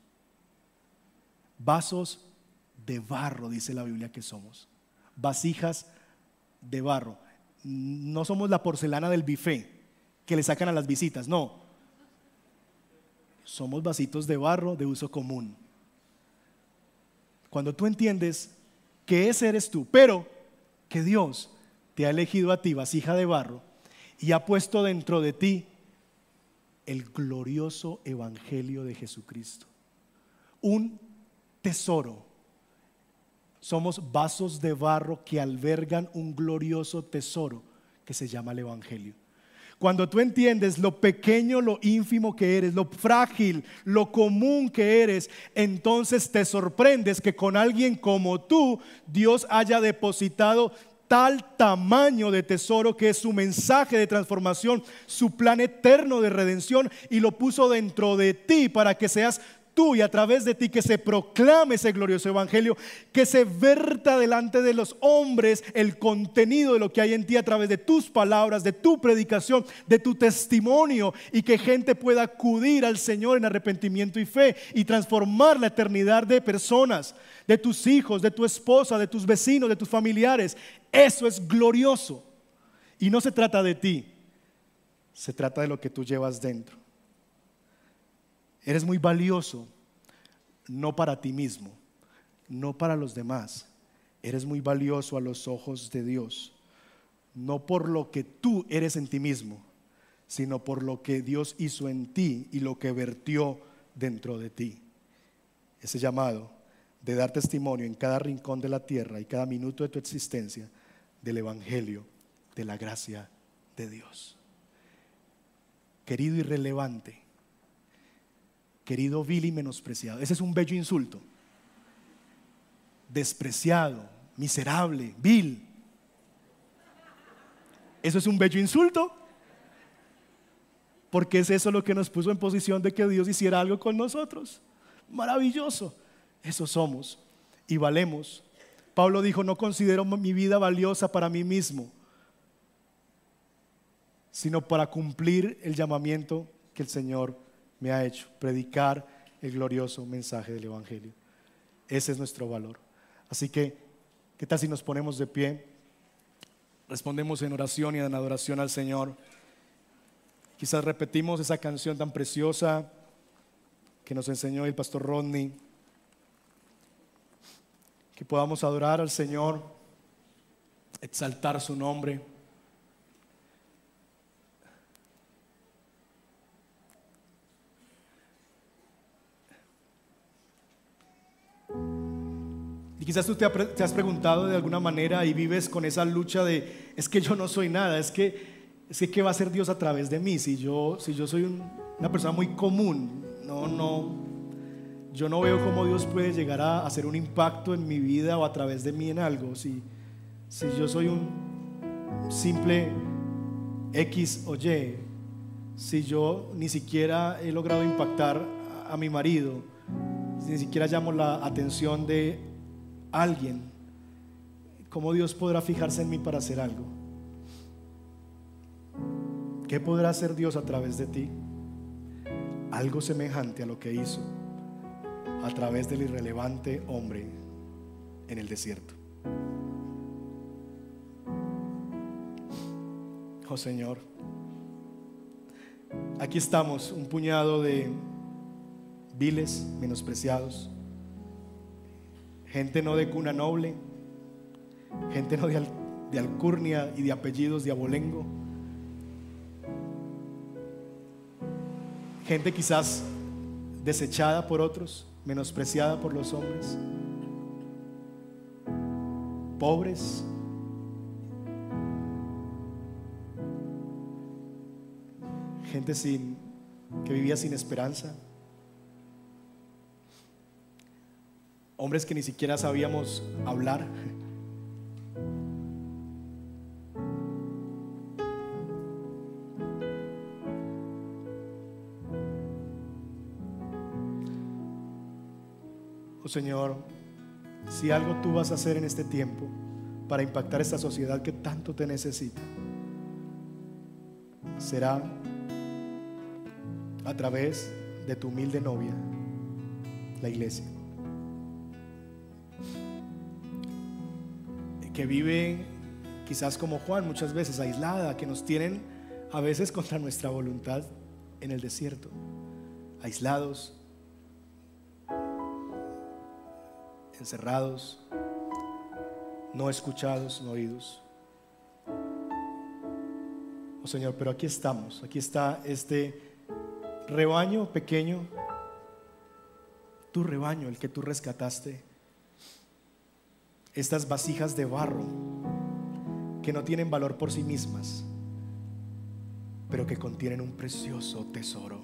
Vasos de barro, dice la Biblia que somos. Vasijas de barro. No somos la porcelana del buffet que le sacan a las visitas, no. Somos vasitos de barro de uso común. Cuando tú entiendes que ese eres tú, pero que Dios te ha elegido a ti, vasija de barro, y ha puesto dentro de ti el glorioso evangelio de Jesucristo, un tesoro. Somos vasos de barro que albergan un glorioso tesoro que se llama el evangelio. Cuando tú entiendes lo pequeño, lo ínfimo que eres, lo frágil, lo común que eres, entonces te sorprendes que con alguien como tú Dios haya depositado tal tamaño de tesoro que es su mensaje de transformación, su plan eterno de redención, y lo puso dentro de ti para que seas tú y a través de ti que se proclame ese glorioso evangelio, que se verta delante de los hombres el contenido de lo que hay en ti a través de tus palabras, de tu predicación, de tu testimonio, y que gente pueda acudir al Señor en arrepentimiento y fe y transformar la eternidad de personas, de tus hijos, de tu esposa, de tus vecinos, de tus familiares. Eso es glorioso. Y no se trata de ti, se trata de lo que tú llevas dentro. Eres muy valioso, no para ti mismo, no para los demás. Eres muy valioso a los ojos de Dios, no por lo que tú eres en ti mismo, sino por lo que Dios hizo en ti y lo que vertió dentro de ti. Ese llamado de dar testimonio en cada rincón de la tierra y cada minuto de tu existencia del evangelio, de la gracia de Dios. Querido irrelevante, querido vil y menospreciado. Ese es un bello insulto. Despreciado, miserable, vil. Eso es un bello insulto, porque es eso lo que nos puso en posición de que Dios hiciera algo con nosotros. Maravilloso. Eso somos y valemos. Pablo dijo: no considero mi vida valiosa para mí mismo, sino para cumplir el llamamiento que el Señor me ha hecho, predicar el glorioso mensaje del evangelio. Ese es nuestro valor. Así que, ¿qué tal si nos ponemos de pie? Respondemos en oración y en adoración al Señor. Quizás repetimos esa canción tan preciosa que nos enseñó el pastor Rodney. Que podamos adorar al Señor, exaltar su nombre. Y quizás tú te, te has preguntado de alguna manera y vives con esa lucha de, es que yo no soy nada, es que, es que ¿qué va a hacer Dios a través de mí? Si yo, si yo soy un, una persona muy común, no, no, yo no veo cómo Dios puede llegar a hacer un impacto en mi vida o a través de mí en algo. Si, si yo soy un simple X o Y, si yo ni siquiera he logrado impactar a, a mi marido, si ni siquiera llamo la atención de alguien, ¿cómo Dios podrá fijarse en mí para hacer algo? ¿Qué podrá hacer Dios a través de ti? Algo semejante a lo que hizo a través del irrelevante hombre en el desierto. Oh Señor, aquí estamos, un puñado de viles, menospreciados, gente no de cuna noble, gente no de, al, de alcurnia y de apellidos de abolengo, gente quizás desechada por otros, menospreciada por los hombres, pobres, gente sin, que vivía sin esperanza, hombres que ni siquiera sabíamos hablar. Oh Señor, si algo tú vas a hacer en este tiempo para impactar esta sociedad que tanto te necesita, será a través de tu humilde novia, la iglesia, que vive quizás como Juan muchas veces aislada, que nos tienen a veces contra nuestra voluntad en el desierto, aislados, encerrados, no escuchados, no oídos. Oh Señor, pero aquí estamos, aquí está este rebaño pequeño, tu rebaño, el que tú rescataste, estas vasijas de barro que no tienen valor por sí mismas, pero que contienen un precioso tesoro,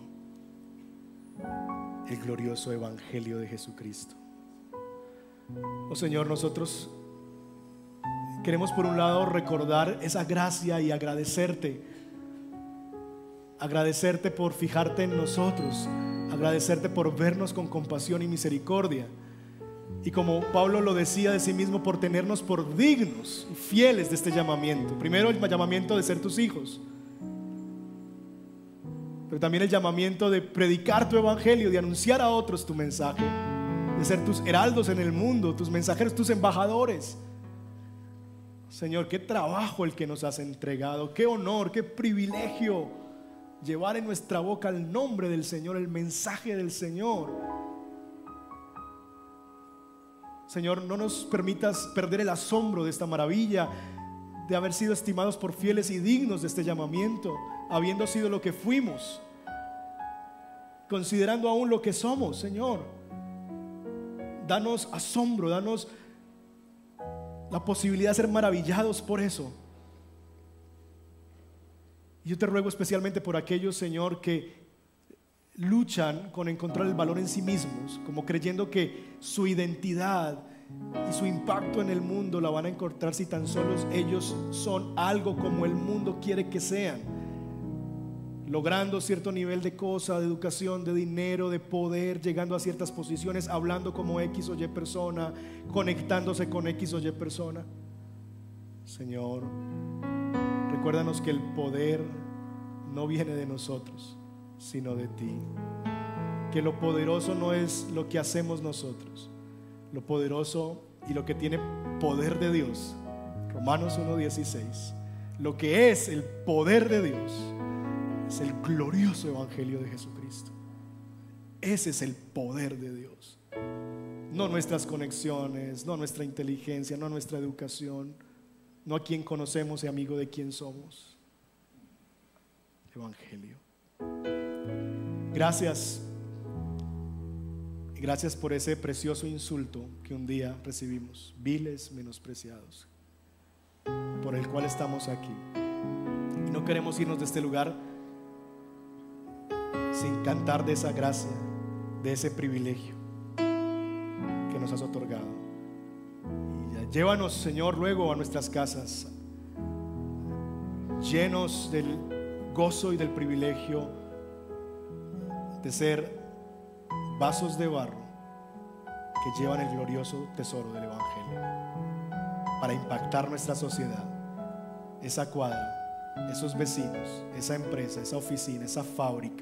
el glorioso evangelio de Jesucristo. Oh Señor, nosotros queremos por un lado recordar esa gracia y agradecerte, agradecerte por fijarte en nosotros, agradecerte por vernos con compasión y misericordia, y como Pablo lo decía de sí mismo, por tenernos por dignos y fieles de este llamamiento. Primero el llamamiento de ser tus hijos, pero también el llamamiento de predicar tu evangelio, de anunciar a otros tu mensaje, de ser tus heraldos en el mundo, tus mensajeros, tus embajadores. Señor, qué trabajo el que nos has entregado, qué honor, qué privilegio llevar en nuestra boca el nombre del Señor, el mensaje del Señor. Señor, no nos permitas perder el asombro de esta maravilla, de haber sido estimados por fieles y dignos de este llamamiento, habiendo sido lo que fuimos, considerando aún lo que somos. Señor, danos asombro, danos la posibilidad de ser maravillados por eso. Yo te ruego especialmente por aquellos, Señor, que luchan con encontrar el valor en sí mismos, como creyendo que su identidad y su impacto en el mundo la van a encontrar si tan solo ellos son algo como el mundo quiere que sean, logrando cierto nivel de cosa, de educación, de dinero, de poder, llegando a ciertas posiciones, hablando como X o Y persona, conectándose con X o Y persona. Señor, recuérdanos que el poder no viene de nosotros, sino de ti. Que lo poderoso no es lo que hacemos nosotros, lo poderoso y lo que tiene poder de Dios. Romanos uno dieciséis. Lo que es el poder de Dios es el glorioso evangelio de Jesucristo. Ese es el poder de Dios. No nuestras conexiones, no nuestra inteligencia, no nuestra educación, no a quien conocemos y amigo de quien somos. Evangelio. Gracias. Gracias por ese precioso insulto que un día recibimos, viles, menospreciados, por el cual estamos aquí. Y no queremos irnos de este lugar sin cantar de esa gracia, de ese privilegio que nos has otorgado. Y llévanos, Señor, luego a nuestras casas, llenos del gozo y del privilegio de ser vasos de barro que llevan el glorioso tesoro del evangelio para impactar nuestra sociedad, esa cuadra, esos vecinos, esa empresa, esa oficina, esa fábrica,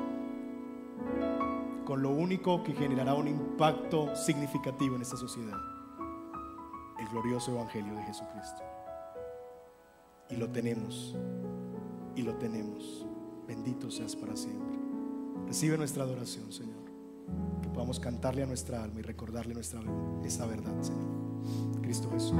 con lo único que generará un impacto significativo en esta sociedad: el glorioso evangelio de Jesucristo. Y lo tenemos, y lo tenemos. Bendito seas para siempre. Recibe nuestra adoración, Señor, que podamos cantarle a nuestra alma y recordarle nuestra, esta verdad, Señor. Cristo Jesús.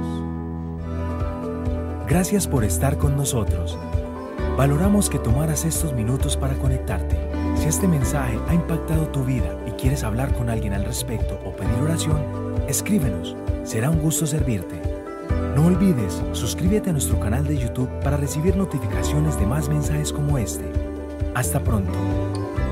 Gracias por estar con nosotros. Valoramos que tomaras estos minutos para conectarte. Si este mensaje ha impactado tu vida y quieres hablar con alguien al respecto o pedir oración, escríbenos. Será un gusto servirte. No olvides, suscríbete a nuestro canal de YouTube para recibir notificaciones de más mensajes como este. Hasta pronto.